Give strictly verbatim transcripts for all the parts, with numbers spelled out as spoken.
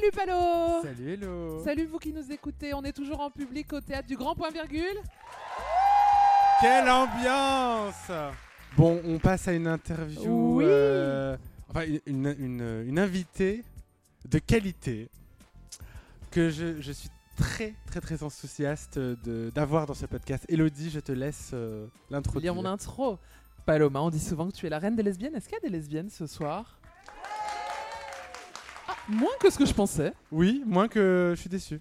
Salut Palo. Salut Hello. Salut vous qui nous écoutez, on est toujours en public au Théâtre du Grand Point Virgule. Quelle ambiance. Bon, on passe à une interview, Oui. euh, enfin une, une, une invitée de qualité que je, je suis très très très enthousiaste de, d'avoir dans ce podcast. Elodie, je te laisse euh, l'introduire. Lire mon intro. Paloma, on dit souvent que tu es la reine des lesbiennes. Est-ce qu'il y a des lesbiennes ce soir? Ah, moins que ce que je pensais. Oui, moins que je suis déçu.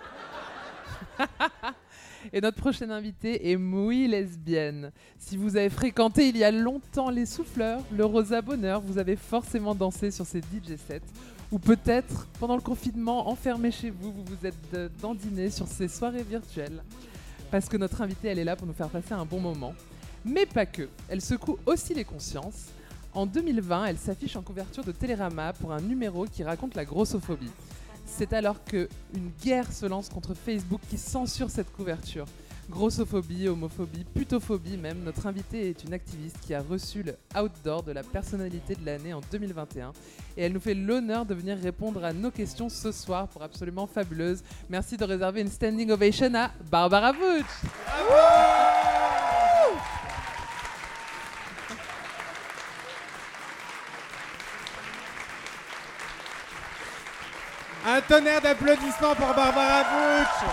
Et notre prochaine invitée est Moui lesbienne. Si vous avez fréquenté il y a longtemps les Souffleurs, le Rosa Bonheur, vous avez forcément dansé sur ces D J sets. Ou peut-être, pendant le confinement, enfermé chez vous, vous vous êtes euh, dandinés sur ces soirées virtuelles. Parce que notre invitée, elle est là pour nous faire passer un bon moment. Mais pas que. Elle secoue aussi les consciences. En deux mille vingt, elle s'affiche en couverture de Télérama pour un numéro qui raconte la grossophobie. C'est alors qu'une guerre se lance contre Facebook qui censure cette couverture. Grossophobie, homophobie, putophobie même. Notre invitée est une activiste qui a reçu le Outdoor de la personnalité de l'année en deux mille vingt et un. Et elle nous fait l'honneur de venir répondre à nos questions ce soir pour Absolument Fabuleuse. Merci de réserver une standing ovation à Barbara Butch. Un tonnerre d'applaudissements pour Barbara Butch.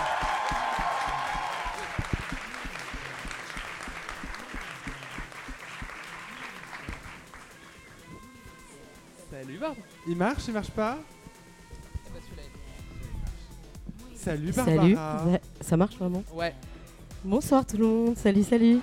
Salut Barbara. Il marche, il marche pas? Eh ben, celui-là est Salut Salut, Barbara. Ouais, ça marche vraiment. bon. Ouais. Bonsoir tout le monde, salut, salut.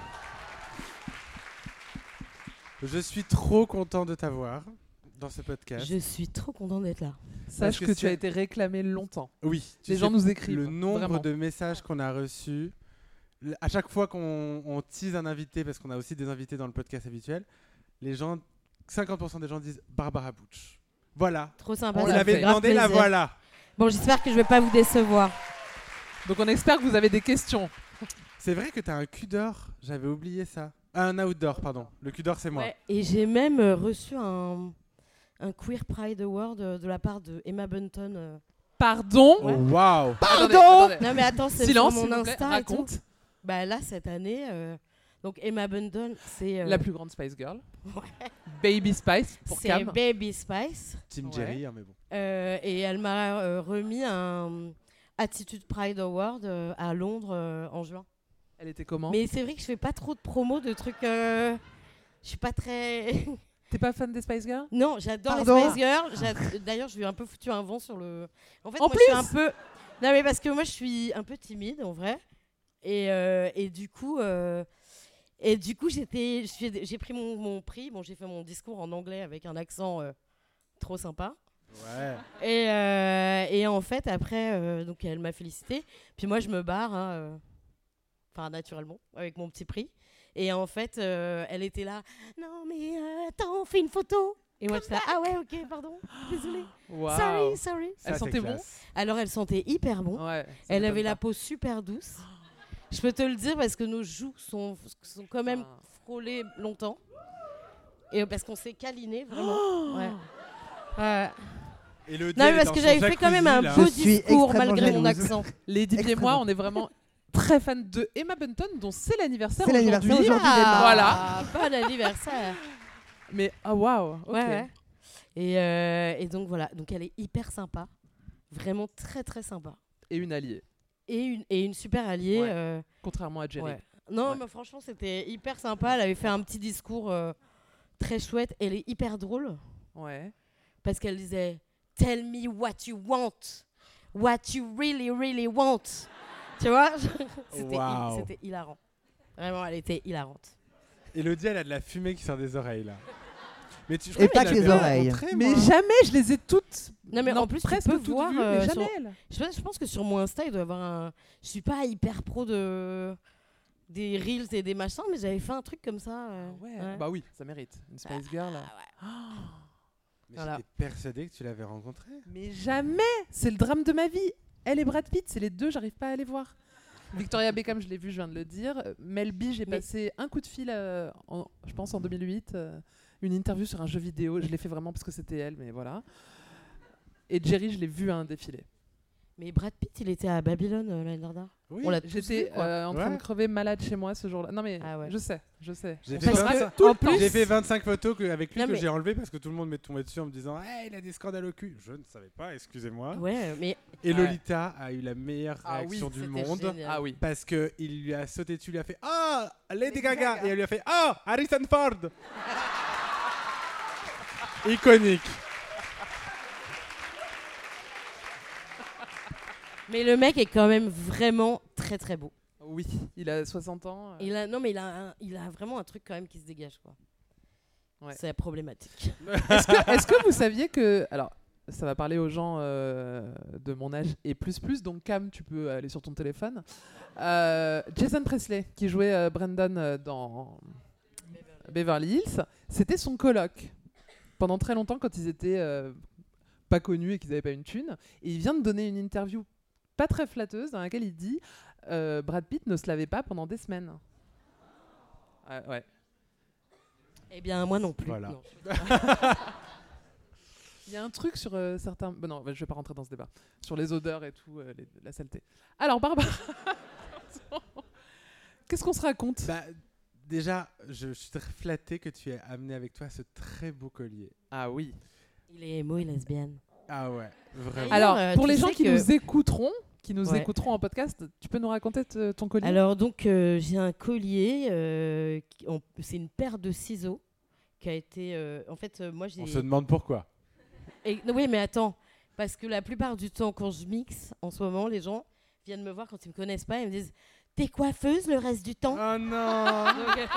Je suis trop content de t'avoir dans ce podcast. Je suis trop contente d'être là. Sache que que, tu c'est- as été réclamé longtemps. Oui, tu Les sais gens nous écrivent. le nombre vraiment. de messages qu'on a reçus. Le- À chaque fois qu'on on tease un invité, parce qu'on a aussi des invités dans le podcast habituel, les gens, cinquante pour cent des gens disent Barbara Butch. Voilà. Trop sympa. On On ça l'a me fait l'avait grave demandé, la plaisir. voilà. Bon, j'espère que je vais pas vous décevoir. Donc on espère que vous avez des questions. C'est vrai que tu as un cul d'or, j'avais oublié ça. Ah, un outdoor, pardon. Le cul d'or, c'est moi. Ouais, et j'ai même euh, reçu un, un Queer Pride Award euh, de la part de Emma Bunton. euh. Pardon. Oh, waouh. Attendez, attendez. Non mais attends, c'est Silence, sur s'il mon vous plaît. Insta et tout. Raconte. Bah là, cette année, euh, donc Emma Bunton, c'est... euh, La plus grande Spice Girl. Ouais. Baby Spice pour c'est Cam. Baby Spice. Team Ouais. Jerry, hein, mais bon. Euh, et elle m'a euh, remis un Attitude Pride Award euh, à Londres euh, en juin. Elle était comment? Mais c'est vrai que je fais pas trop de promo de trucs. euh, Je suis pas très. T'es pas fan des Spice Girls? Non, j'adore les Pardon Spice Girls. J'ad- D'ailleurs, je lui ai un peu foutu un vent sur le. En fait, En moi, je suis un peu. Non, mais parce que moi, je suis un peu timide en vrai. Et, euh, et du coup. euh, Et du coup, j'étais, je suis- j'ai pris mon, mon prix. Bon, j'ai fait mon discours en anglais avec un accent euh, trop sympa. Ouais. Et, euh, et en fait, après, euh, donc elle m'a félicité. Puis moi, je me barre, hein, euh, enfin naturellement, avec mon petit prix. Et en fait, euh, elle était là. Non, mais euh, attends, on fait une photo. Et moi, j'étais là. Ah ouais, ok, pardon, désolée. Waouh. Sorry, sorry. Ça, Elle c'est sentait bon? classe. Alors, elle sentait hyper bon. Ouais. ça Elle m'étonne avait la pas. peau super douce. Je peux te le dire parce que nos joues sont, sont quand même Ah. frôlées longtemps. Et parce qu'on s'est câliné, vraiment. Oh. Ouais. Ouais. Elodie, Non, elle mais est parce dans que son j'avais fait quand même un jacuzzi, là. beau Je suis discours extrêmement malgré mon jalouse. accent. Lady Di et moi, Extrêmement. on est vraiment très fans de Emma Bunton, dont c'est l'anniversaire C'est l'anniversaire aujourd'hui. aujourd'hui. Ah, bon anniversaire. Mais ah waouh. Ok. Ouais, ouais. Et, euh, et donc voilà, donc elle est hyper sympa, vraiment très très sympa. Et une alliée, Et une, et une super alliée. Ouais. euh, contrairement à Jerry. ouais. Non, Ouais. mais franchement, c'était hyper sympa. Elle avait fait un petit discours euh, très chouette. Elle est hyper drôle Ouais. parce qu'elle disait Tell me what you want, what you really, really want. Tu vois C'était Waouh. hi- c'était hilarant. Vraiment, elle était hilarante. Elodie, elle a de la fumée qui sort des oreilles, là. Mais tu, je Et crois pas que que je les l'avais oreilles. rencontrée, Mais moi. jamais, je les ai toutes. Non, mais en plus, tu presque peux toutes voir, vues, euh, mais sur- jamais elle. Je pense, je pense que sur mon Insta, il doit y avoir un. Je suis pas hyper pro de des reels et des machins, mais j'avais fait un truc comme ça. euh, Ouais. ouais. Bah oui, ça mérite. Une Spice Girl. là. Ah, ouais. Mais Voilà. j'étais persuadé que tu l'avais rencontrée. Mais jamais. C'est le drame de ma vie. Elle et Brad Pitt, c'est les deux, j'arrive pas à les voir. Victoria Beckham, je l'ai vu, je viens de le dire. Euh, Mel B, j'ai Mais- passé un coup de fil, euh, en- je pense en deux mille huit, euh, une interview sur un jeu vidéo. Je l'ai fait vraiment parce que c'était elle, mais voilà. Et Jerry, je l'ai vu à un défilé. Mais Brad Pitt, il était à Babylone euh, l'année dernière. Oui. On l'a tous J'étais vu, quoi. euh, en train Ouais. de crever malade chez moi ce jour-là. Non mais Ah ouais. je sais, je sais. J'ai On fait, se Parce rate que, tout le en temps. plus- j'ai fait vingt-cinq photos que- avec lui Non, que mais- j'ai enlevé parce que tout le monde m'est tombé dessus en me disant hey, il a des scandales au cul. Je ne savais pas, excusez-moi. Ouais, mais Et Ouais. Lolita a eu la meilleure Ah oui, réaction du c'était monde. génial. Ah oui. Parce que il lui a sauté dessus, il lui a fait Ah, Lady Lady Gaga. Gaga. Et elle lui a fait Ah, Harrison Ford. Iconique. Mais le mec est quand même vraiment très très beau. Oui, il a soixante ans. euh. Il a, non, mais il a, un- il a vraiment un truc quand même qui se dégage, quoi. Ouais. C'est problématique. Est-ce que, est-ce que vous saviez que... Alors, ça va parler aux gens euh, de mon âge et plus plus, donc Cam, tu peux aller sur ton téléphone. Euh, Jason Presley, qui jouait euh, Brandon euh, dans Beverly Hills, c'était son coloc. Pendant très longtemps, quand ils étaient euh, pas connus et qu'ils n'avaient pas une thune. Et il vient de donner une interview pas très flatteuse dans laquelle il dit euh, Brad Pitt ne se lavait pas pendant des semaines. Ouais, ouais. Eh bien, moi non plus. Voilà. Non. Il y a un truc sur euh, certains... Bon, non, je vais pas rentrer dans ce débat. Sur les odeurs et tout, euh, les- la saleté. Alors, Barbara, qu'est-ce qu'on se raconte? Bah, déjà, je, je suis très flatté que tu aies amené avec toi ce très beau collier. Ah oui. Il est émo et lesbienne. Ah ouais, vraiment. D'ailleurs, Alors, euh, pour tu les gens sais qui que- nous écouteront, qui nous Ouais. écouteront en podcast, tu peux nous raconter t- ton collier? Alors, donc, euh, j'ai un collier. euh, qui- on- c'est une paire de ciseaux qui a été. euh, en fait, euh, moi, j'ai. On se demande pourquoi. Et- non, oui, mais attends. Parce que la plupart du temps, quand je mixe, en ce moment, les gens viennent me voir quand ils me connaissent pas et me disent T'es coiffeuse le reste du temps Oh non. Donc, euh,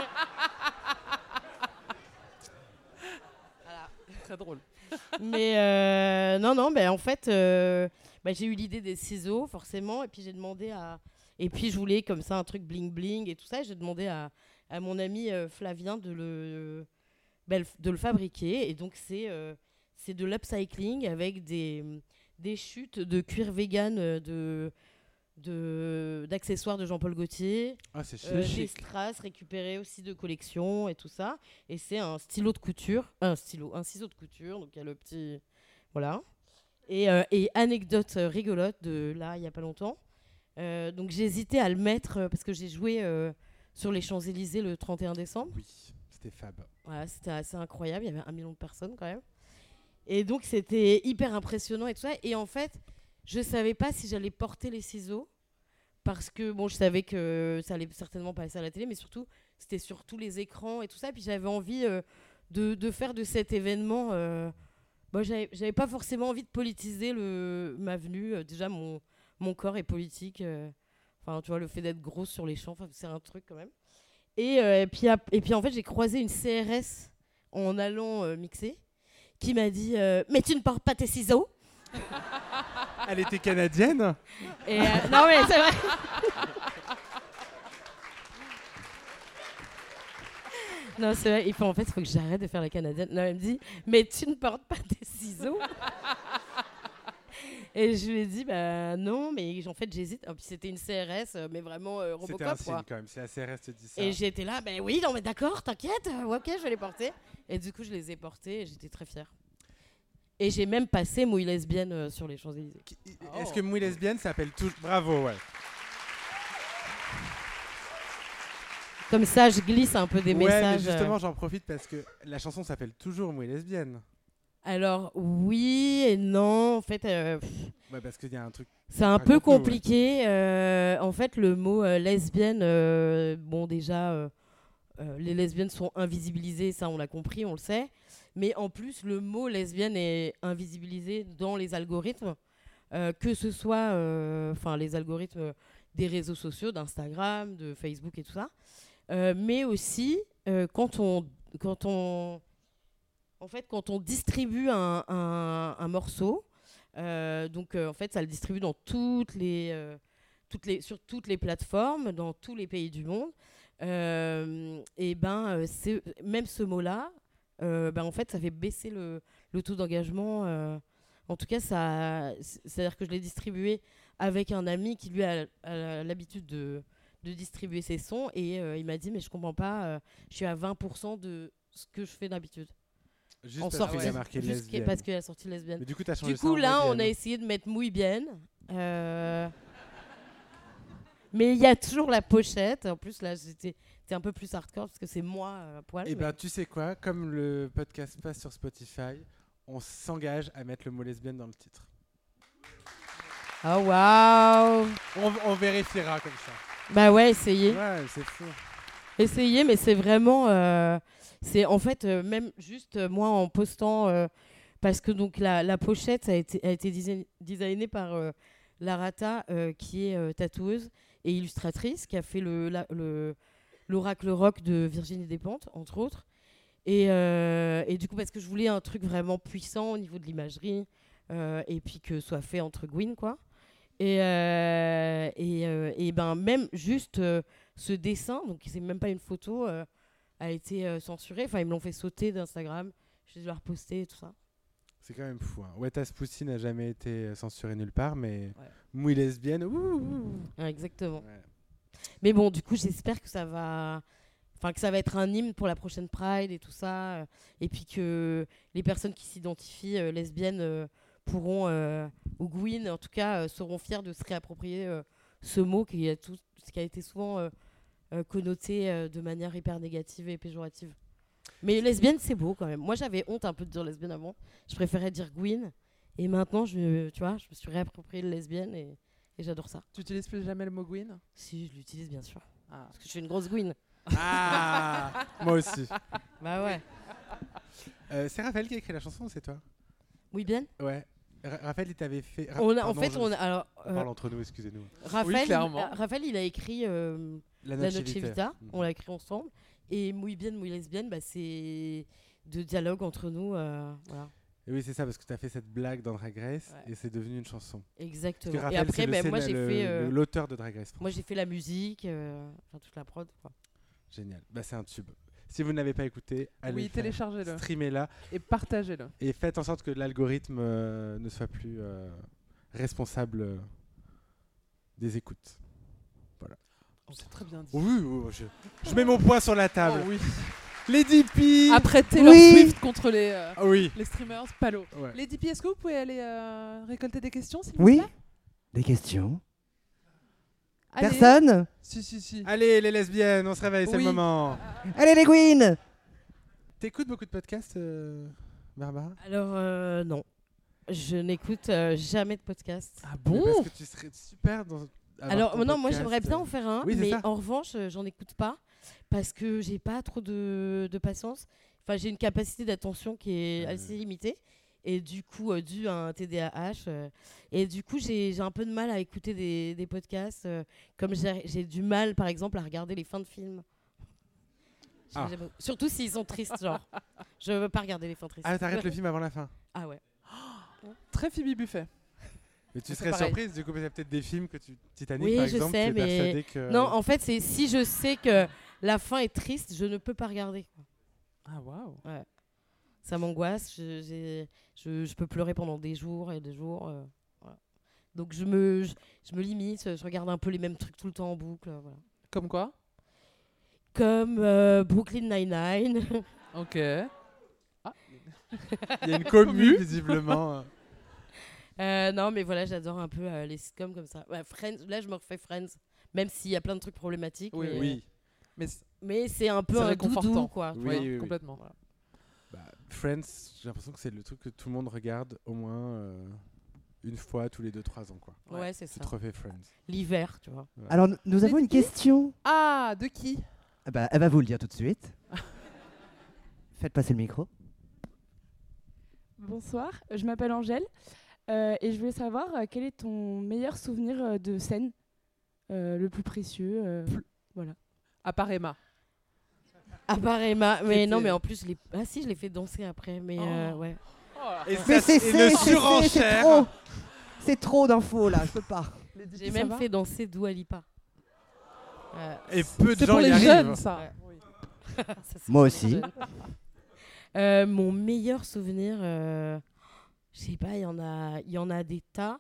Très drôle. Mais euh, non, non, mais en fait, euh, bah, j'ai eu l'idée des ciseaux, forcément, et puis j'ai demandé à. Et puis je voulais comme ça un truc bling bling et tout ça, et j'ai demandé à, à mon ami euh, Flavien de le, bah, le- de le fabriquer. Et donc c'est euh, c'est de l'upcycling avec des, des chutes de cuir vegan euh, de de d'accessoires de Jean-Paul Gaultier. Ah, c'est chic. Euh, des strass récupérés aussi de collection et tout ça. Et c'est un stylo de couture, un stylo, un ciseau de couture. Donc il y a le petit, voilà. Et, euh, et anecdote euh, rigolote de là, il y a pas longtemps. Euh, donc j'ai hésité à le mettre euh, parce que j'ai joué euh, sur les Champs-Élysées le trente et un décembre. Oui, c'était fab. Voilà, c'était assez incroyable. Il y avait un million de personnes quand même. Et donc c'était hyper impressionnant et tout ça. Et en fait, je savais pas si j'allais porter les ciseaux parce que bon, je savais que ça allait certainement passer à la télé, mais surtout c'était sur tous les écrans et tout ça. Puis j'avais envie euh, de, de faire de cet événement. Euh, bon, j'avais, j'avais pas forcément envie de politiser le, ma venue. Euh, déjà, mon, mon corps est politique. euh, Enfin, tu vois, le fait d'être grosse sur les champs, enfin, c'est un truc quand même. Et, euh, et, puis, ap- et puis en fait, j'ai croisé une C R S en allant euh, mixer qui m'a dit euh, mais tu ne portes pas tes ciseaux. Elle était canadienne. Et euh, non mais c'est vrai. Non, c'est vrai. Il faut, en fait, il faut que j'arrête de faire la canadienne. Non, elle me dit mais tu ne portes pas tes ciseaux. Et je lui ai dit bah non, mais en fait j'hésite. Et puis c'était une C R S, euh, mais vraiment euh, C'était Robocop un signe quoi. quand même. C'est la C R S te dit ça. Et j'étais là, ben oui, non mais d'accord, t'inquiète, euh, ok, je vais les porter. Et du coup, je les ai portés et j'étais très fière. Et j'ai même passé mouille lesbienne euh, sur les Champs-Élysées. Qui- Oh. Est-ce que Mouille lesbienne s'appelle tout Bravo, ouais. Comme ça, je glisse un peu des ouais, messages. mais euh. justement, j'en profite parce que la chanson s'appelle toujours Mouille lesbienne. Alors, oui et non, en fait, euh, pff, Ouais, parce qu'il y a un truc. c'est un peu Raconte-nous, ouais. compliqué. euh, en fait, le mot euh, lesbienne, euh, bon, déjà, euh, euh, les lesbiennes sont invisibilisées, ça, on l'a compris, on le sait. Mais en plus, le mot lesbienne est invisibilisé dans les algorithmes, euh, que ce soit euh, enfin les algorithmes des réseaux sociaux, d'Instagram, de Facebook et tout ça. Euh, mais aussi, euh, quand on, quand on, en fait, quand on distribue un, un, un morceau, euh, donc euh, en fait, ça le distribue dans toutes les, euh, toutes les, sur toutes les plateformes, dans tous les pays du monde. Euh, et ben, euh, c'est, même ce mot-là, euh, ben, en fait, ça fait baisser le, le taux d'engagement. euh. En tout cas, ça, c'est-à-dire que je l'ai distribué avec un ami qui lui a, a l'habitude de, de distribuer ses sons et euh, il m'a dit mais je comprends pas, euh, je suis à vingt pour cent de ce que je fais d'habitude. Juste en parce sortie, qu'il y a marqué juste lesbienne. parce qu'il y a sorti lesbienne. Mais du coup, t'as changé Du ça coup, en là, on a lesbienne. essayé de mettre muy bien. Euh... Mais il y a toujours la pochette. En plus, là, c'était c'était un peu plus hardcore parce que c'est moi euh, à poil. Et mais- ben, tu sais quoi, comme le podcast passe sur Spotify, on s'engage à mettre le mot lesbienne dans le titre. Oh waouh! On, on vérifiera comme ça. Bah ouais, essayez. Ouais, c'est fou. Essayez, mais c'est vraiment. euh, c'est en fait, euh, même juste euh, moi en postant. euh, parce que donc la, la pochette a été, a été design- designée par euh, Larata, euh, qui est euh, tatoueuse et illustratrice, qui a fait le, la- le, l'Oracle Rock de Virginie Despentes, entre autres. Et, euh, et du coup, parce que je voulais un truc vraiment puissant au niveau de l'imagerie, euh, et puis que ce soit fait entre Gwyn, quoi. Et, euh, et, euh, et ben même juste euh, ce dessin, donc c'est même pas une photo, euh, a été euh, censuré. Enfin, ils me l'ont fait sauter d'Instagram. Je dois reposter et tout ça. C'est quand même fou. Hein. Wetas Pussy n'a jamais été censuré nulle part, mais Ouais. Mouille lesbienne, ouh, ouh. Ouais, exactement. Ouais. Mais bon, du coup, j'espère que ça va, enfin que ça va être un hymne pour la prochaine Pride et tout ça, euh, et puis que les personnes qui s'identifient euh, lesbiennes euh, pourront, euh, ou Gwyn en tout cas, euh, seront fiers de se réapproprier euh, ce mot qui a, tout, qui a été souvent euh, euh, connoté euh, de manière hyper négative et péjorative. Mais lesbienne, c'est beau quand même. Moi, j'avais honte un peu de dire lesbienne avant. Je préférais dire Gwyn, et maintenant, je, tu vois, je me suis réapproprié le lesbienne et, et j'adore ça. Tu utilises plus jamais le mot Gwyn? Si, je l'utilise bien sûr. Ah. Parce que je suis une grosse Gwyn. Ah, moi aussi. Bah ouais. Euh, c'est Raphaël qui a écrit la chanson ou c'est toi? Oui, bien. Ouais. Ra- Raphaël, il t'avait fait. Ra- On a, en Pardon, fait, je- on a. Alors, On euh, parle entre nous, excusez-nous. Raphaël, clairement. il, euh, Raphaël, il a écrit euh, La La Noche Noche Vita. Vita. Mhm. On l'a écrit ensemble. Et Muy bien, muy lesbienne, bah, c'est de dialogue entre nous. euh, voilà. Et oui, c'est ça, parce que tu as fait cette blague dans Drag Race Ouais. et c'est devenu une chanson. Parce Exactement. que Et Raphaël, c'est après, le bah, moi, scéna- j'ai le- fait. le- euh, l'auteur de Drag Race. moi, j'ai fait la musique, euh, enfin toute la prod. Quoi. Génial. Bah, c'est un tube. Si vous ne l'avez pas écouté, allez Oui, le faire. téléchargez-le. Streamez-la Et partagez-le. et faites en sorte que l'algorithme euh, ne soit plus euh, responsable euh, des écoutes. C'est très bien dit. Oui, oui, oui, je, je mets mon poing sur la table. Oh, oui. Lady P. Après Taylor Oui. Swift contre les, euh, Ah oui. les streamers, Palo. Ouais. Lady P, est-ce que vous pouvez aller euh, récolter des questions, s'il vous Oui. plaît? Des questions? Allez. Personne? Si, si, si. Allez, les lesbiennes, on se réveille, c'est Oui. le moment. Allez les Gwyn! T'écoutes beaucoup de podcasts, euh, Barbara? Alors, euh, non. Je n'écoute euh, jamais de podcast. Ah Mais bon? Parce que tu serais super dans. avoir Alors, ton non, moi, podcast, j'aimerais bien euh, en faire un. oui, c'est mais ça. en revanche, euh, j'en écoute pas parce que j'ai pas trop de, de patience. Enfin, j'ai une capacité d'attention qui est Ouais. assez limitée. Et du coup, euh, dû à un T D A H. euh, et du coup, j'ai j'ai un peu de mal à écouter des, des podcasts. euh, comme j'ai j'ai du mal, par exemple, à regarder les fins de films. J'ai- Ah. j'aime- Surtout s'ils sont tristes, genre. Je veux pas regarder les fins tristes. Ah, t'arrêtes le film avant la fin. Ah ouais. Très Phoebe Buffet. Mais tu C'est serais pareil. surprise, du coup, parce qu'il y a peut-être des films que tu. Titanic, Oui, par je exemple, sais, tu es mais- persuadé que. Non, en fait, c'est si je sais que la fin est triste, je ne peux pas regarder. quoi. Ah waouh. Ça m'angoisse. Je, j'ai- je, je peux pleurer pendant des jours et des jours. euh, voilà. Donc je me, je, je me limite. Je regarde un peu les mêmes trucs tout le temps en boucle. euh, voilà. Comme quoi? Comme euh, Brooklyn Nine-Nine. Ok. Il y a une commu, visiblement. Euh, non, mais voilà, j'adore un peu euh, les sitcoms comme ça. Ouais, Friends, là, je me refais Friends. Même s'il y a plein de trucs problématiques. Oui, mais, Oui. Mais c- mais c'est un peu C'est un réconfortant. doudou, quoi. Oui, tu vois. oui, oui. complètement. Bah, Friends, j'ai l'impression que c'est le truc que tout le monde regarde au moins euh, une fois tous les deux trois ans, quoi. Ouais, c'est Tu ça. te refais Friends. L'hiver, tu vois. Alors n- nous avons une qui question. Ah, de qui? Ah bah, elle va vous le dire tout de suite. Faites passer le micro. Bonsoir, je m'appelle Angèle euh, et je voulais savoir euh, quel est ton meilleur souvenir euh, de scène, euh, le plus précieux. euh, voilà. À part Emma. À part Emma. Mais non, C'était- mais en plus, je l'ai... Ah si, je l'ai fait danser après. Mais euh, Oh. ouais. Et Mais c'est c'est c'est- une c'est- c'est- c'est surenchère. trop. C'est trop d'infos là, je peux pas. J'ai Ça même va fait danser Dua Lipa. Euh, Et peu de C'est gens pour y les arrivent. jeunes, ça. Ouais. Oui. ça, c'est Moi pour aussi. jeune. Euh, mon meilleur souvenir, euh, je sais pas, il y en a, il y en a des tas.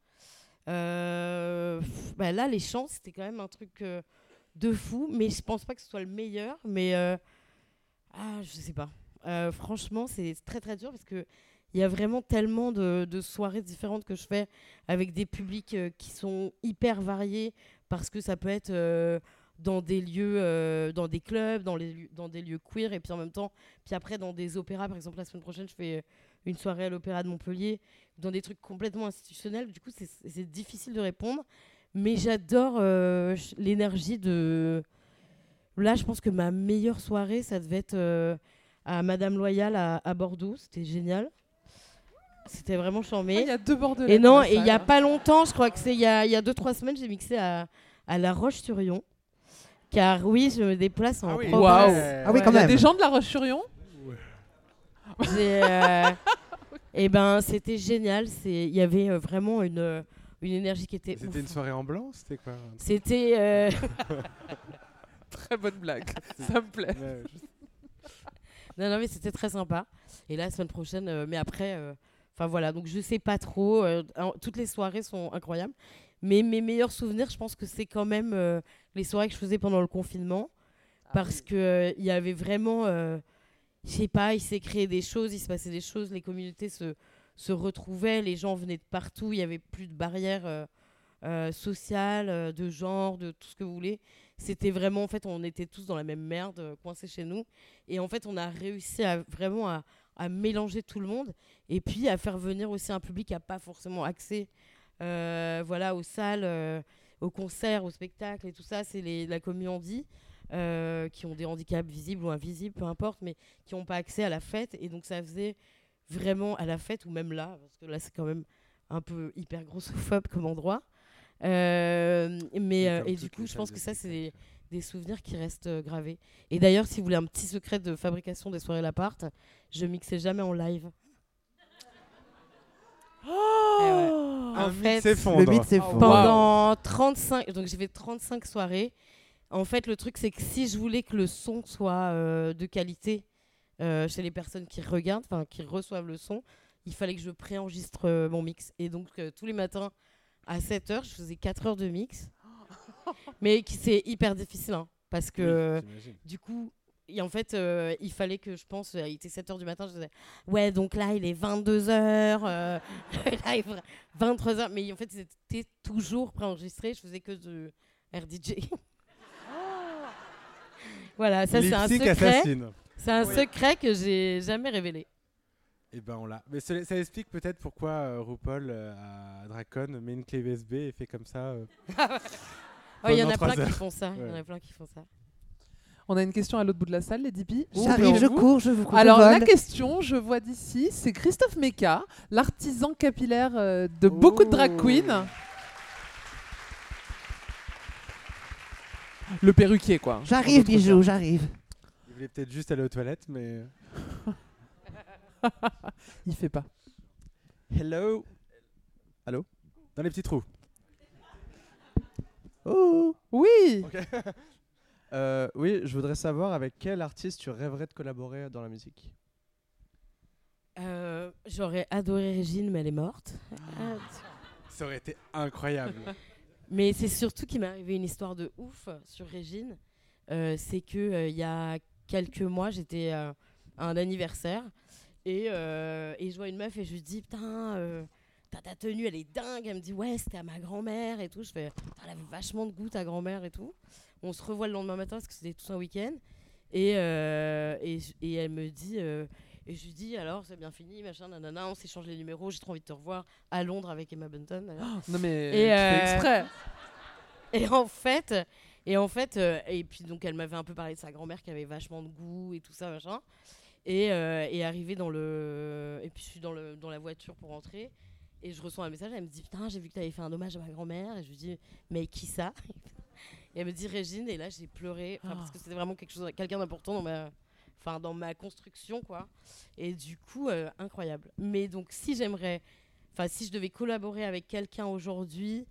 Euh, pff, bah là, les chants, c'était quand même un truc euh, de fou, mais je pense pas que ce soit le meilleur. Mais euh, ah, je sais pas. Euh, franchement, c'est très très dur parce que il y a vraiment tellement de, de soirées différentes que je fais avec des publics euh, qui sont hyper variés parce que ça peut être euh, dans des lieux, euh, dans des clubs, dans, les, lieux- dans des lieux queer et puis en même temps, puis après dans des opéras. Par exemple, la semaine prochaine, je fais une soirée à l'Opéra de Montpellier, dans des trucs complètement institutionnels. Du coup, c'est c'est difficile de répondre, mais j'adore euh, ch- l'énergie de. Là, je pense que ma meilleure soirée, ça devait être euh, à Madame Loyal à, à Bordeaux. C'était génial. C'était vraiment Ah, charmé. il y a deux Bordelais. Et dans non, la et il n'y a salle. pas longtemps, je crois que c'est il y a, il y a deux trois semaines, j'ai mixé à, à La Roche-sur-Yon. Car oui, je me déplace en Ah oui. province. Waouh. Ah oui, quand Il y a même. des gens de la Roche-sur-Yon. J'ai, euh, et ben, c'était génial. C'est- Il y avait euh, vraiment une, euh, une énergie qui était. C'était ouf. une soirée en blanc, c'était quoi? C'était. euh, Très bonne blague. Ça me plaît. Ouais, je- Non, non, mais c'était très sympa. Et là, la semaine prochaine, euh, mais après, euh, enfin voilà, donc je sais pas trop. euh, hein, toutes les soirées sont incroyables. Mais mes meilleurs souvenirs, je pense que c'est quand même euh, les soirées que je faisais pendant le confinement. Parce que euh, il y avait vraiment, euh, je sais pas, il s'est créé des choses, il se passait des choses, les communautés se, se retrouvaient, les gens venaient de partout, il y avait plus de barrières euh, euh, sociales, euh, de genre, de tout ce que vous voulez. C'était vraiment, en fait, on était tous dans la même merde, euh, coincés chez nous. Et en fait, on a réussi à vraiment à, à mélanger tout le monde et puis à faire venir aussi un public qui n'a pas forcément accès euh, voilà, aux salles, euh, aux concerts, aux spectacles et tout ça. C'est les- la communauté euh, qui ont des handicaps visibles ou invisibles, peu importe, mais qui n'ont pas accès à la fête. Et donc, ça faisait vraiment à la fête, ou même là, parce que là, c'est quand même un peu hyper grossophobe comme endroit. Euh, mais, euh, comme et toutes du coup, les je pense salles que de ça, c'est des, spectacle. des souvenirs qui restent euh, gravés. Et d'ailleurs, si vous voulez un petit secret de fabrication des soirées l'appart, je mixais jamais en live. Eh ouais. Un En mythe fait, s'effondre. Le mythe Oh, s'effondre. wow. pendant trente-cinq, donc j'ai fait trente-cinq soirées. En fait, le truc, c'est que si je voulais que le son soit euh, de qualité euh, chez les personnes qui regardent, enfin qui reçoivent le son, il fallait que je préenregistre euh, mon mix. Et donc, euh, tous les matins à sept heures, je faisais quatre heures de mix. Mais qui c'est hyper difficile, hein, parce que Oui, j'imagine. du coup, et en fait, euh, il fallait que je pense, euh, il était sept heures du matin, je disais, ouais, donc là, il est vingt-deux heures, euh, là, il est vingt-trois heures, mais en fait, c'était toujours préenregistré, je faisais que de R D J. Voilà, ça, c'est un Lip-sync secret. assassine. C'est un Oui. secret que j'ai jamais révélé. Et ben on l'a. Mais ça, ça explique peut-être pourquoi euh, RuPaul euh, à Dracon met une clé U S B et fait comme ça. euh. Oh, il y en Pendant a plein trois qui heures. font ça. Il y en Ouais. a plein qui font ça. On a une question à l'autre bout de la salle, les D P. J'arrive, je Ouvrez-vous. cours, je vous je Alors, vole. la question, je vois d'ici, c'est Christophe Meka, l'artisan capillaire euh, de beaucoup de drag Oh. queens. Le perruquier, quoi. En J'arrive, d'autres bijou, j'arrive. Il voulait peut-être juste aller aux toilettes, mais. termes. Il fait pas. Hello. Dans les petits trous. Oh. Oui. Euh, oui, je voudrais savoir avec quel artiste tu rêverais de collaborer dans la musique. Euh, J'aurais adoré Régine, mais elle est morte. Ah, Ça aurait été incroyable. Mais c'est surtout qu'il m'est arrivé une histoire de ouf sur Régine. Euh, c'est que euh, il y a quelques mois, j'étais euh, à un anniversaire et, euh, et je vois une meuf et je lui dis putain, euh, ta, ta tenue elle est dingue. Elle me dit ouais, c'était à ma grand-mère et tout. Je fais putain, elle avait vachement de goût ta grand-mère et tout. On se revoit le lendemain matin parce que c'était tout un week-end et, euh, et, je- et elle me dit euh, et je lui dis alors c'est bien fini machin nanana, on s'échange les numéros, j'ai trop envie de te revoir à Londres avec Emma Bunton d'ailleurs. Non mais Et, tu euh, fais exprès. Et en fait, et en fait, euh, et puis donc elle m'avait un peu parlé de sa grand-mère qui avait vachement de goût et tout ça machin. Et euh, et arrivé dans le, et puis je suis dans le dans la voiture pour rentrer et je reçois un message. Elle me dit putain j'ai vu que tu avais fait un hommage à ma grand-mère et je lui dis mais qui ça? Et elle me dit Régine et là j'ai pleuré enfin, Ah. parce que c'était vraiment quelque chose, quelqu'un d'important dans ma, enfin dans ma construction quoi. Et du coup euh, incroyable. Mais donc si j'aimerais, enfin si je devais collaborer avec quelqu'un aujourd'hui.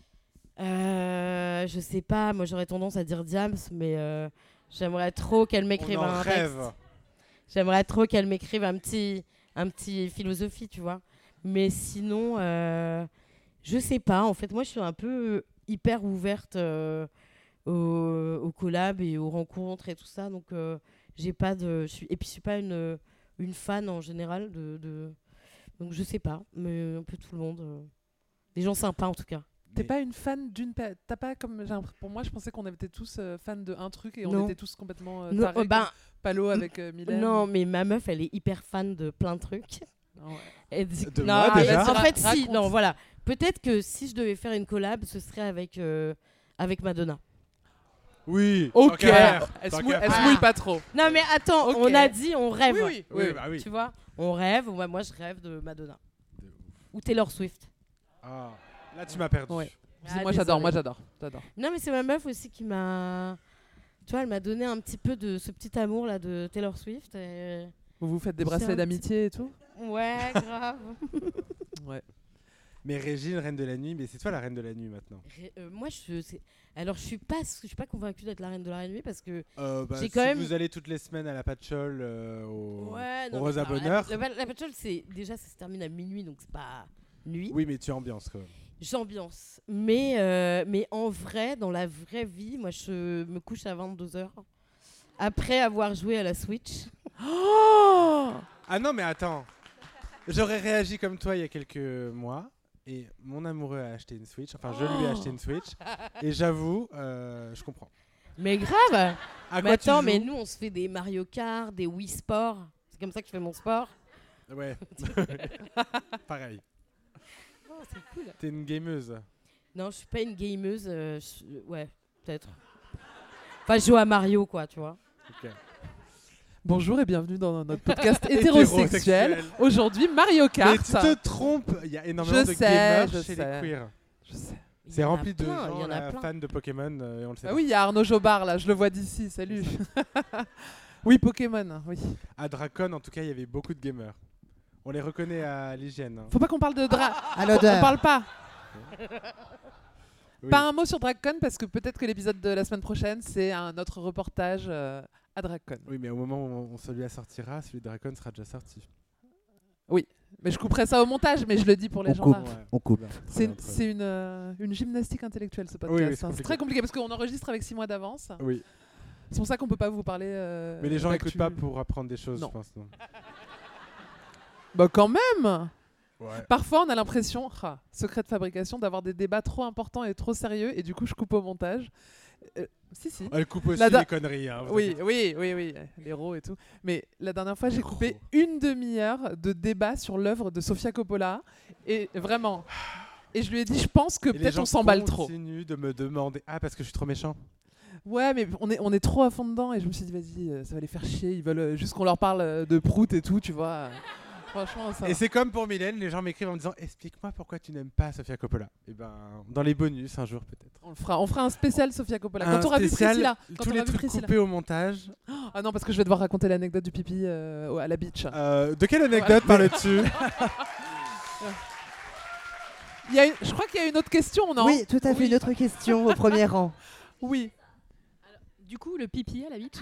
Euh, je sais pas, moi j'aurais tendance à dire Diams, mais euh, j'aimerais trop qu'elle m'écrive On en un rêve. texte. J'aimerais trop qu'elle m'écrive un petit, un petit philosophie, tu vois. Mais sinon, euh, je sais pas. En fait, moi je suis un peu hyper ouverte euh, aux, aux collabs et aux rencontres et tout ça. Donc euh, j'ai pas de, je suis, et puis je suis pas une, une fan en général de, de, donc je sais pas, mais un peu tout le monde, euh, des gens sympas en tout cas. T'es Mais- pas une fan d'une. pa- T'as pas comme. j'ai l'impression- Pour moi, je pensais qu'on était tous euh, fans de un truc et on Non. était tous complètement euh, Non, tarés. euh, ben, comme Palo avec euh, Mylène. non, mais ma meuf, elle est hyper fan de plein de trucs. Ah ouais. Et d- De non, moi, mais déjà en fait, Raconte. si, non, voilà. Peut-être que si je devais faire une collab, ce serait avec, euh, avec Madonna. Oui. Ok. tant qu'à faire, Elle tant se mouille, qu'à elle se faire. mouille pas trop. Non, mais attends, Ok. on a dit, on rêve. Oui, oui. Oui, bah oui. Tu vois, on rêve. Moi, moi, je rêve de Madonna. Ou Taylor Swift. Ah, là, tu m'as perdu. Ouais. Ah, moi, j'adore, désolée. moi, j'adore. j'adore. Non, mais c'est ma meuf aussi qui m'a. Tu vois, elle m'a donné un petit peu de ce petit amour là de Taylor Swift. Et... Vous vous faites des C'est bracelets un d'amitié et tout Ouais, grave. Ouais. Mais Régine, reine de la nuit, mais c'est toi la reine de la nuit maintenant. Ré- euh, moi, je. c'est- Alors, je suis pas, je suis pas convaincue d'être la reine de la nuit parce que. Euh, bah, J'ai si quand même- vous allez toutes les semaines à la Patchol euh, au... Ouais, au non, Rosa mais, alors, Bonheur. La, la, la Patchol, c'est déjà, ça se termine à minuit, donc c'est pas nuit. Oui, mais tu ambiances quand même. J'ambiance. Mais, euh, mais en vrai, dans la vraie vie, moi, je me couche à vingt-deux heures. Après avoir joué à la Switch. Oh Ah non, mais attends. J'aurais réagi comme toi il y a quelques mois. Et mon amoureux a acheté une Switch. Enfin, je lui ai acheté une Switch. Et j'avoue, euh, je comprends. Mais grave. À Mais quoi tu attends, joues mais nous, on se fait des Mario Kart, des Wii Sport. C'est comme ça que je fais mon sport. Ouais. Pareil. Oh, c'est cool. T'es une gameuse. Non, je suis pas une gameuse. euh, je- Ouais, peut-être. Enfin, je joue à Mario, quoi, tu vois. Ok. Bonjour et bienvenue dans notre podcast hétérosexuel. Hétérosexuel. Aujourd'hui, Mario Mais Kart. tu te trompes. Il y a énormément Je de sais, gamers je chez sais. les queers. Je sais. Il y C'est en a rempli de plein, il gens y en a là, plein. fans de Pokémon euh, et on le sait Ah pas. oui, il y a Arnaud Jobard là, je le vois d'ici. Salut. Oui, Pokémon. Oui. À Dracon, en tout cas, il y avait beaucoup de gamers. On les reconnaît à l'hygiène. hein. Faut pas qu'on parle de dra. À On l'odeur. parle pas. Oui. Pas un mot sur DragCon parce que peut-être que l'épisode de la semaine prochaine c'est un autre reportage euh, à DragCon. Oui, mais au moment où on- celui-là sortira, celui de Dracon sera déjà sorti. Mais je couperai ça au montage, mais je le dis pour les On gens coupe. là. Ouais. On coupe. Très C'est bien, très c'est une, euh, une gymnastique intellectuelle ce Oui, podcast. oui, c'est hein. C'est très compliqué parce qu'on enregistre avec six mois d'avance. bien. Oui. C'est pour ça qu'on peut pas vous parler. euh, Mais les gens d'actu. n'écoutent pas pour apprendre des choses, Non. je pense. Non. Bah quand même. Ouais. Parfois on a l'impression, ah, secret de fabrication, d'avoir des débats trop importants et trop sérieux et du coup je coupe au montage. Euh, si si. Elle coupe aussi La da- les conneries. Hein, vous Oui, inquiétez oui, oui, oui, les rots et tout. Mais la dernière fois, j'ai Les coupé rots. une demi-heure de débat sur l'œuvre de Sofia Coppola. Et vraiment. Et je lui ai dit, je pense que pas. Et les peut-être gens on s'emballe trop. continuent de me demander. Ah, parce que je suis trop méchant. Ouais, mais on est, on est trop à fond dedans. Et je me suis dit, vas-y, euh, ça va les faire chier. Ils veulent euh, juste qu'on leur parle euh, de prout et tout, tu vois. Franchement, ça. Et c'est comme pour Mylène, les gens m'écrivent en me disant explique-moi pourquoi tu n'aimes pas Sofia Coppola. Et ben, dans les bonus, un jour peut-être. On, le fera, on fera un spécial Sofia Coppola. Un Quand on aura vu spécial, Priscilla. Quand tous on les aura vu trucs Priscilla. coupés au montage. Ah non, parce que je vais devoir raconter l'anecdote du pipi euh, à la beach. Euh, de quelle anecdote parles-tu? Il y a une- Je crois qu'il y a une autre question, non? Oui, tout à fait. Oui. Une autre question au premier rang. Oui. Du coup, le pipi à la beach.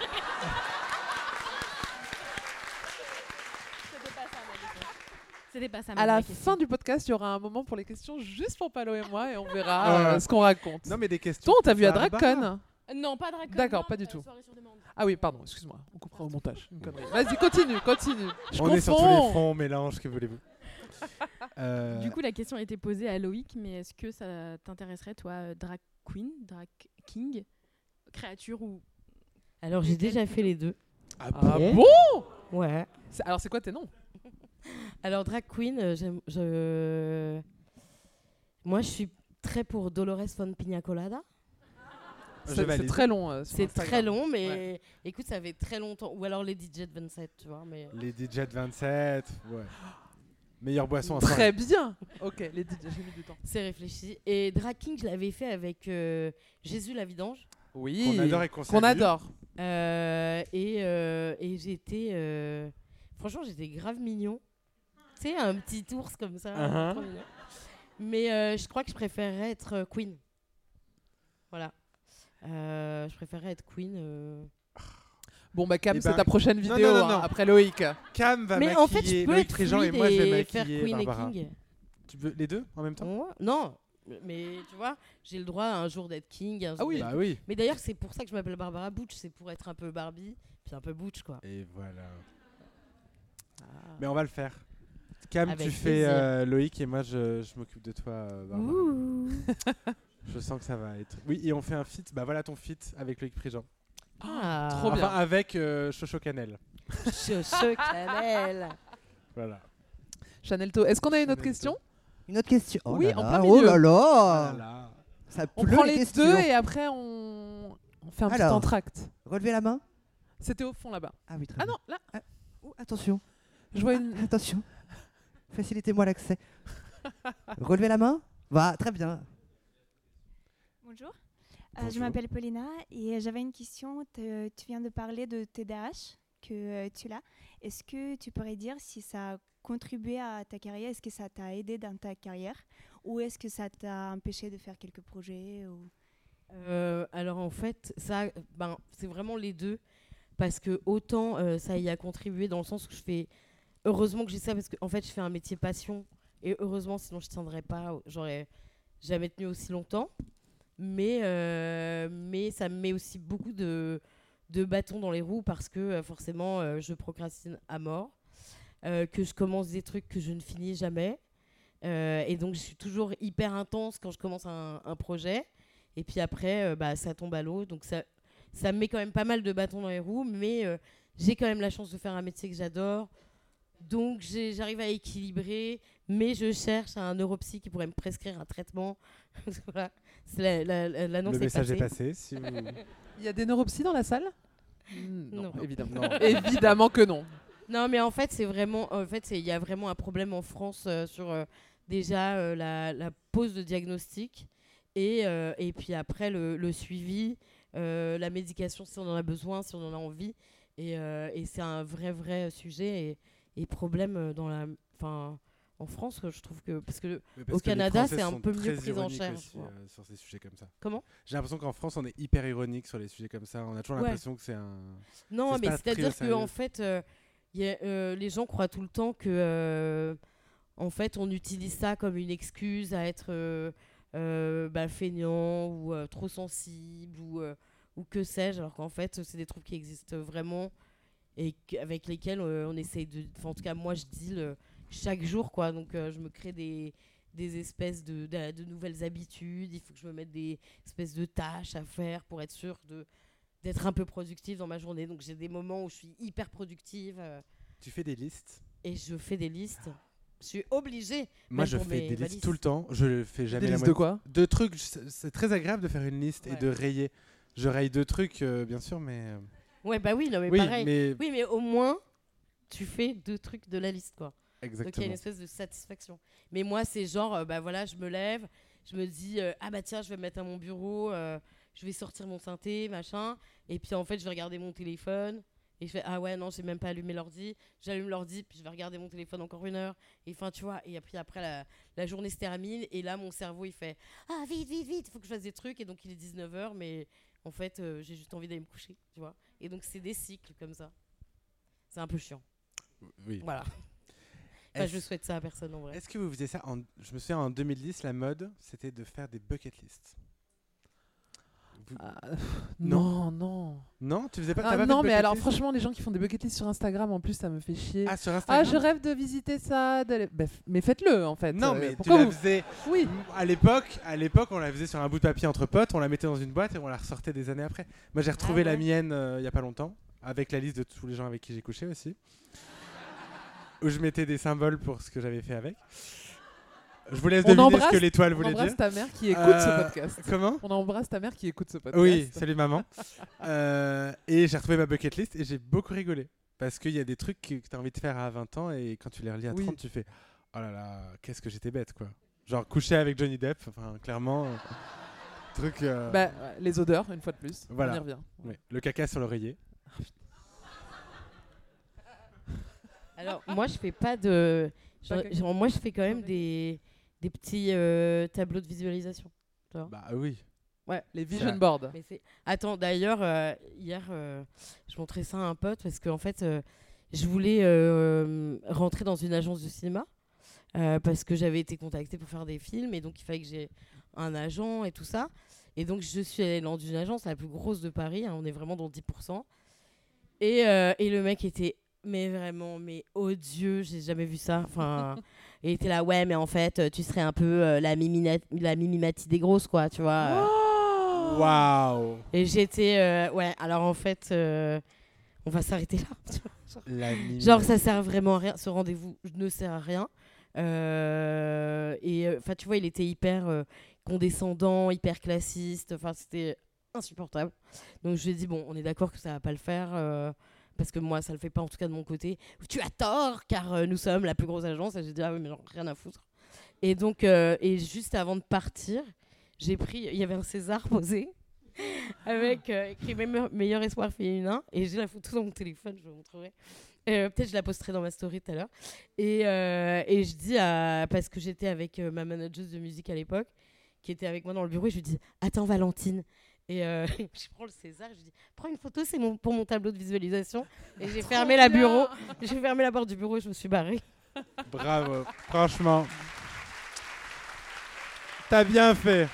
C'était pas ça. ma À la vraie question. fin du podcast, il y aura un moment pour les questions juste pour Palo et moi et on verra Ouais. euh, ce qu'on raconte. Non, mais des questions. Toi, on t'a vu à ça DragCon. barre. Euh, Non, pas Dracon. D'accord, non, pas du euh, tout. soirée sur demande. Ah oui, pardon, excuse-moi. On coupera au montage. Une connerie. Vas-y, continue, continue. Je On est sur tous confonds. les fronts, on mélange, que voulez-vous? Euh, Du coup, la question a été posée à Loïc, mais est-ce que ça t'intéresserait, toi, euh, drag queen, drag king, créature ou... Alors, j'ai Lesquelles déjà fait les deux. ah Ah bon bon Ouais. C'est- Alors, c'est quoi tes noms? Alors, drag queen, euh, j'aime- je... moi, je suis très pour Dolores von Pina Colada. Je C'est c'est valide. très long. euh, sur C'est Instagram. très long, mais Ouais. écoute, ça fait très longtemps. Ou alors les D J de vingt-sept, tu vois. Mais... Les D J de vingt-sept, ouais. Meilleure boisson en Très soirée. bien. Ok, les D J, j'ai mis du temps. C'est réfléchi. Et drag king, je l'avais fait avec euh, Jésus la vidange. Oui. Qu'on adore et qu'on Qu'on salue. adore. Euh, et euh, et j'étais. euh, Franchement, j'étais grave mignon. Tu sais, un petit ours comme ça. Uh-huh. trop mignon. Mais euh, je crois que je préférerais être euh, queen. Voilà. Euh, je préférerais être queen. euh. Bon, bah, Cam, Eh c'est ben, ta prochaine non, vidéo non, non, hein, non. après Loïc. Cam va Mais maquiller en fait, je peux Loïc être Prigent et fluide moi je vais et faire maquiller queen Barbara. et king. Tu veux les deux en même temps? Ouais. Non, Mais tu vois, j'ai le droit un jour d'être king. Un jour Ah oui. d'être- Bah oui. Mais d'ailleurs, c'est pour ça que je m'appelle Barbara Butch, c'est pour être un peu Barbie, puis un peu Butch, quoi. Et voilà. Ah. Mais on va le faire. Cam, Avec tu fais plaisir. euh, Loïc et moi je, je m'occupe de toi, euh, Barbara. Ouh. Je sens que ça va être. Oui, et on fait un feat. Bah voilà ton feat avec Loïc Prigent. Ah, trop bien. Enfin, avec euh, Chocho Cannelle. Chocho cannelle. Voilà. Chanel To. Est-ce qu'on a une autre Chanel question? Une autre question. Oh Oui, là en là, plein oh milieu. là là. Ah là là. Ça On pleut prend les les questions. deux et après on, on fait un petit Alors. entracte. Relevez la main. C'était au fond là-bas. Ah oui, très Ah bien. non, là. Oh, attention. Je vois Ah, une. attention. Facilitez-moi l'accès. Relevez la main. Va, très bien. Bonjour. Euh, Bonjour. je m'appelle Paulina et j'avais une question. Te- tu viens de parler de T D A H que euh, tu l'as. Est-ce que tu pourrais dire si ça a contribué à ta carrière? Est-ce que ça t'a aidé dans ta carrière? Ou est-ce que ça t'a empêché de faire quelques projets ou... Euh, alors en fait, ça, ben, c'est vraiment les deux. Parce que autant euh, ça y a contribué dans le sens où je fais. Heureusement que j'ai ça parce qu'en en fait, je fais un métier passion. Et heureusement, sinon je ne tiendrais pas. J'aurais jamais tenu aussi longtemps. Mais, euh, mais ça me met aussi beaucoup de, de bâtons dans les roues parce que euh, forcément, euh, je procrastine à mort. Euh, que je commence des trucs que je ne finis jamais. Euh, et donc, je suis toujours hyper intense quand je commence un, un projet. Et puis après, euh, bah, ça tombe à l'eau. Donc, ça, ça me met quand même pas mal de bâtons dans les roues. Mais euh, j'ai quand même la chance de faire un métier que j'adore. Donc, j'ai- j'arrive à équilibrer. Mais je cherche un neuropsy qui pourrait me prescrire un traitement. Voilà. C'est la, la, la- l'annonce Le message est passée. passé. Si vous... Il y a des neuropsies dans la salle? Mm, Non. évidemment. Non. Évidemment que non. Non, mais en fait, c'est vraiment, en fait, c'est- il y a vraiment un problème en France euh, sur euh, déjà euh, la, la pose de diagnostic et, euh, et puis après le, le suivi, euh, la médication si on en a besoin, si on en a envie. Et, euh, et c'est un vrai, vrai sujet et, et problème euh, dans la, enfin, en France, je trouve que parce que Mais parce Au que les Canada, Français c'est un sont peu mieux très pris en ironiques charge, aussi, je vois. euh, sur ces sujets comme ça. comment J'ai l'impression qu'en France, on est hyper ironique sur les sujets comme ça. On a toujours Ouais. l'impression que c'est un. Non, C'est mais pas pris au c'est-à-dire que sérieux. en fait, euh, y a, euh, les gens croient tout le temps que, euh, en fait, on utilise ça comme une excuse à être euh, euh, bah, feignant ou euh, trop sensible ou euh, ou que sais-je, alors qu'en fait, c'est des troubles qui existent vraiment et qu- avec lesquels euh, on essaye de. Enfin, en tout cas, moi, je deal euh, chaque jour, quoi. Donc, euh, je me crée des des espèces de, de, de nouvelles habitudes. Il faut que je me mette des espèces de tâches à faire pour être sûr de d'être un peu productive dans ma journée. Donc j'ai des moments où je suis hyper productive euh, Tu fais des listes. et je fais des listes. Je suis obligée. Moi, Même je pour fais mes des listes valises. tout le temps. Je fais jamais Des la listes de moitié. quoi? De trucs. C'est c'est très agréable de faire une liste et Ouais. de rayer. Je raye deux trucs, euh, bien sûr, mais. euh, Ouais, bah oui, non, mais oui, pareil. mais Oui, mais au moins, tu fais deux trucs de la liste, quoi. Donc il y a exactement. une espèce de satisfaction. Mais moi, c'est genre, euh, bah voilà, je me lève, je me dis, euh, ah bah tiens, je vais me mettre à mon bureau, euh, je vais sortir mon synthé, machin. Et puis en fait, je vais regarder mon téléphone. Et je fais, ah ouais, non, j'ai même pas allumé l'ordi. J'allume l'ordi, puis je vais regarder mon téléphone encore une heure. Et enfin, tu vois, et puis après, la, la journée se termine. Et là, mon cerveau, il fait, ah vite, vite, vite, il faut que je fasse des trucs. Et donc, il est dix-neuf heures, mais en fait, euh, j'ai juste envie d'aller me coucher, tu vois. Et donc, c'est des cycles comme ça. C'est un peu chiant. Oui. Voilà. Enfin, Est-ce je souhaite ça à personne en vrai. est-ce que vous faisiez ça en... Je me souviens en deux mille dix, la mode, c'était de faire des bucket lists. Vous- Ah, Non. non, non. Non, tu faisais pas. Ah, t'as pas fait non, de mais bucket alors list franchement, les gens qui font des bucket lists sur Instagram, en plus, ça me fait chier. Ah, sur Ah, Instagram. je rêve de visiter ça. d'aller- Bah, f- mais faites-le, en fait. Non, Euh, mais tu pourquoi la vous- faisais. Oui. À l'époque, à l'époque, on la faisait sur un bout de papier entre potes, on la mettait dans une boîte et on la ressortait des années après. Moi, j'ai retrouvé Ah la ouais. mienne euh, il y a pas longtemps, avec la liste de tous les gens avec qui j'ai couché aussi, où je mettais des symboles pour ce que j'avais fait avec. Je vous laisse On deviner embrasse- ce que l'étoile On voulait embrasse dire. ta mère qui écoute Euh, ce podcast. Comment? On embrasse ta mère qui écoute ce podcast. Oui, salut maman. Euh, et j'ai retrouvé ma bucket list et j'ai beaucoup rigolé. Parce qu'il y a des trucs que, que tu as envie de faire à vingt ans et quand tu les relis à Oui. trente, tu fais oh là là, qu'est-ce que j'étais bête quoi. Genre coucher avec Johnny Depp, enfin clairement. euh, truc. euh, Bah, ouais, les odeurs, une fois de plus. Voilà. On y revient. oui. Le caca sur l'oreiller. Alors, moi, je fais pas de. genre- Pas que- genre, moi, je fais quand même des, des petits euh, tableaux de visualisation. Bah oui. Les vision Ça- boards. Mais c'est... Attends, d'ailleurs, euh, hier, euh, je montrais ça à un pote parce qu'en fait, euh, je voulais euh, rentrer dans une agence de cinéma euh, parce que j'avais été contactée pour faire des films et donc il fallait que j'ai un agent et tout ça. Et donc, je suis allée dans une agence la plus grosse de Paris. Hein, on est vraiment dans dix pour cent. Et, euh, et le mec était, mais vraiment, mais odieux. J'ai jamais vu ça. Enfin, il était là, ouais, mais en fait, tu serais un peu euh, la, mimina- la mimimati des grosses, quoi, tu vois. euh. Waouh. Et j'étais, euh, ouais, alors en fait, euh, on va s'arrêter là. La mimi- Genre, ça sert vraiment à rien. Ce rendez-vous ne sert à rien. Euh, et enfin, tu vois, il était hyper euh, condescendant, hyper classiste. Enfin, c'était insupportable. Donc, je lui ai dit, bon, on est d'accord que ça va pas le faire. euh, parce que moi, ça le fait pas, en tout cas de mon côté. Tu as tort, car euh, nous sommes la plus grosse agence. Et j'ai dit, ah oui, mais genre, rien à foutre. Et donc, euh, et juste avant de partir, j'ai pris. Il y avait un César posé. Avec euh, écrit meilleur, meilleur espoir féminin, et j'ai la photo dans mon téléphone, je vous montrerai. Euh, peut-être je la posterai dans ma story tout à l'heure. Et, euh, et je dis à, parce que j'étais avec euh, ma manageuse de musique à l'époque, qui était avec moi dans le bureau, et je lui dis attends Valentine. Et euh, je prends le César, je lui dis prends une photo, c'est mon, pour mon tableau de visualisation. Et j'ai fermé la bureau, j'ai fermé la porte du bureau et je me suis barrée. Bravo, franchement. T'as bien fait.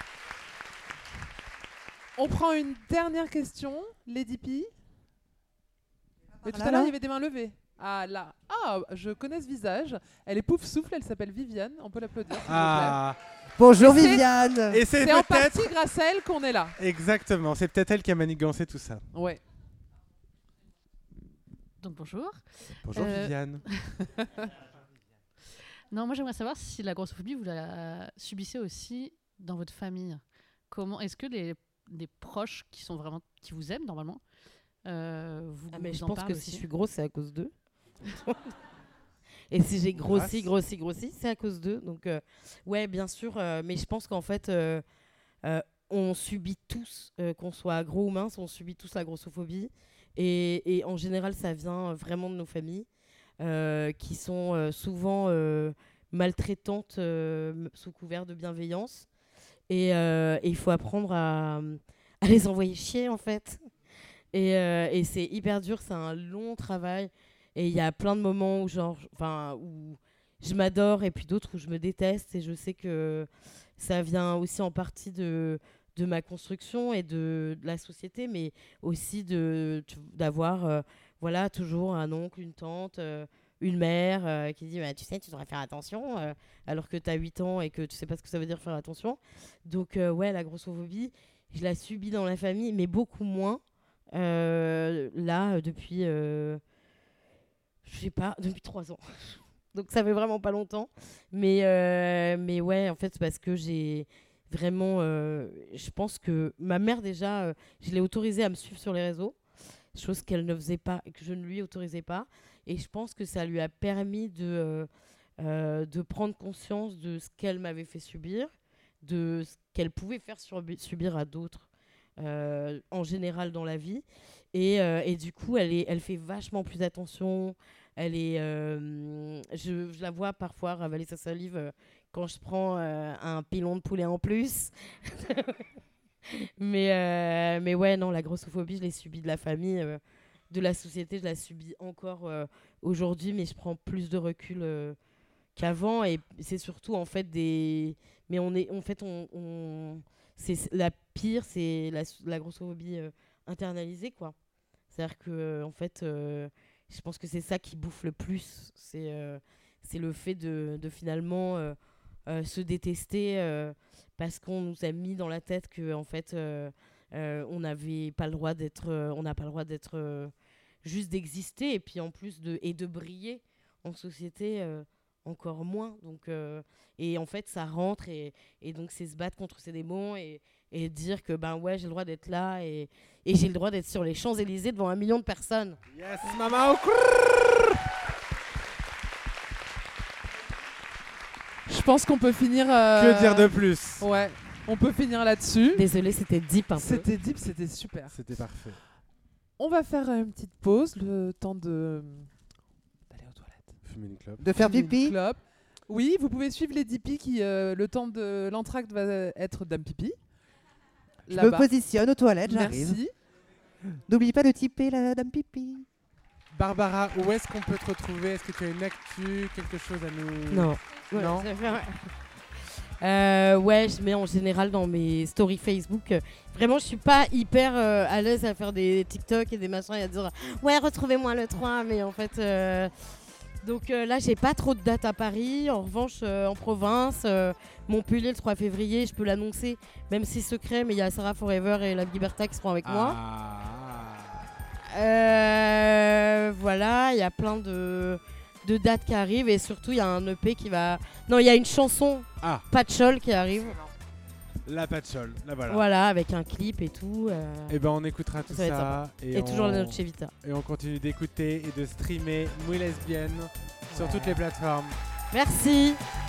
On prend une dernière question, Lady P. Mais tout là, à l'heure, là il y avait des mains levées. Ah là. Ah, je connais ce visage. Elle est pouf souffle, elle s'appelle Viviane. On peut l'applaudir. s'il vous Ah. Bonjour Et c'est- Viviane. Et c'est plaît. C'est en peut-être. partie grâce à elle qu'on est là. Exactement, c'est peut-être elle qui a manigancé tout ça. Ouais. Donc bonjour. Bonjour Euh, Viviane. Non, moi j'aimerais savoir si la grossophobie, vous la subissez aussi dans votre famille. Comment est-ce que les, les proches qui sont vraiment qui vous aiment normalement, euh, vous, Ah, mais vous je en pense parlent que aussi si je suis grosse, c'est à cause d'eux. Et si j'ai grossi, Grâce. grossi, grossi, c'est à cause d'eux. Donc, euh, ouais, bien sûr. euh, mais je pense qu'en fait, euh, euh, on subit tous, euh, qu'on soit gros ou mince, on subit tous la grossophobie. Et, et en général, ça vient vraiment de nos familles, euh, qui sont euh, souvent euh, maltraitantes euh, sous couvert de bienveillance. Et euh, et il faut apprendre à, à les envoyer chier, en fait. Et, euh, et c'est hyper dur, c'est un long travail. Et il y a plein de moments où, genre, enfin, où je m'adore et puis d'autres où je me déteste. Et je sais que ça vient aussi en partie de, de ma construction et de, de la société, mais aussi de, tu- d'avoir euh, voilà, toujours un oncle, une tante, euh, une mère euh, qui dit bah, tu sais, tu devrais faire attention, euh, alors que tu as huit ans et que tu sais pas ce que ça veut dire faire attention. Donc, euh, ouais, la grossophobie, je la subis dans la famille, mais beaucoup moins. Euh, là, depuis, euh, je sais pas, depuis trois ans. Donc ça fait vraiment pas longtemps. Mais, euh, mais ouais, en fait, c'est parce que j'ai vraiment. euh, je pense que ma mère, déjà, euh, je l'ai autorisée à me suivre sur les réseaux, chose qu'elle ne faisait pas et que je ne lui autorisais pas. Et je pense que ça lui a permis de, euh, euh, de prendre conscience de ce qu'elle m'avait fait subir, de ce qu'elle pouvait faire surbi- subir à d'autres. Euh, en général dans la vie et, euh, et du coup elle, est, elle fait vachement plus attention, elle est euh, je, je la vois parfois ravaler sa salive euh, quand je prends euh, un pilon de poulet en plus. mais, euh, mais ouais non, la grossophobie je l'ai subie de la famille, euh, de la société je la subis encore euh, aujourd'hui, mais je prends plus de recul euh, qu'avant, et c'est surtout en fait des mais on est en fait on, on... c'est la pire, c'est la, la grossophobie euh, internalisée, quoi. C'est-à-dire que euh, en fait euh, je pense que c'est ça qui bouffe le plus, c'est euh, c'est le fait de, de finalement euh, euh, se détester euh, parce qu'on nous a mis dans la tête que en fait euh, euh, on n'avait pas le droit d'être euh, on n'a pas le droit d'être euh, juste d'exister, et puis en plus de et de briller en société euh, encore moins. Donc euh, et en fait ça rentre, et, et donc c'est se battre contre ces démons, et, et dire que ben ouais, j'ai le droit d'être là, et, et j'ai le droit d'être sur les Champs-Élysées devant un million de personnes. Yes, maman. Je pense qu'on peut finir. euh, Que dire de plus? Ouais, on peut finir là-dessus. Désolée, c'était deep un peu. C'était deep, c'était super. C'était parfait. On va faire une petite pause, le temps de d'aller aux toilettes. Fumer une clope. De faire Fumer une pipi. clope. Oui, vous pouvez suivre les D P qui, euh, le temps de l'entracte va être dame pipi. Je me Là-bas. positionne aux toilettes, j'arrive. Merci. N'oublie pas de typer la dame pipi. Barbara, où est-ce qu'on peut te retrouver? Est-ce que tu as une actu, quelque chose à nous... Non. Non. Ouais, ça fait- Euh, ouais, je mets en général dans mes stories Facebook. Euh, Vraiment, je suis pas hyper euh, à l'aise à faire des TikTok et des machins et à dire ouais, retrouvez-moi le trois. Mais en fait, euh, donc euh, là, j'ai pas trop de dates à Paris. En revanche, euh, en province, euh, Montpellier le trois février, je peux l'annoncer, même si c'est secret, mais il y a Sarah Forever et la Liberta qui seront avec moi. Ah. Euh, voilà, il y a plein de, de dates qui arrivent et surtout, il y a un E P qui va. Non, il y a une chanson Ah. Patchol qui arrive. La patchole, là voilà. Voilà, avec un clip et tout. euh, Et ben on écoutera tout Ça va être ça. Et on... toujours la Dolce Vita. Et on continue d'écouter et de streamer Mouille Lesbienne sur Ouais. toutes les plateformes. Merci.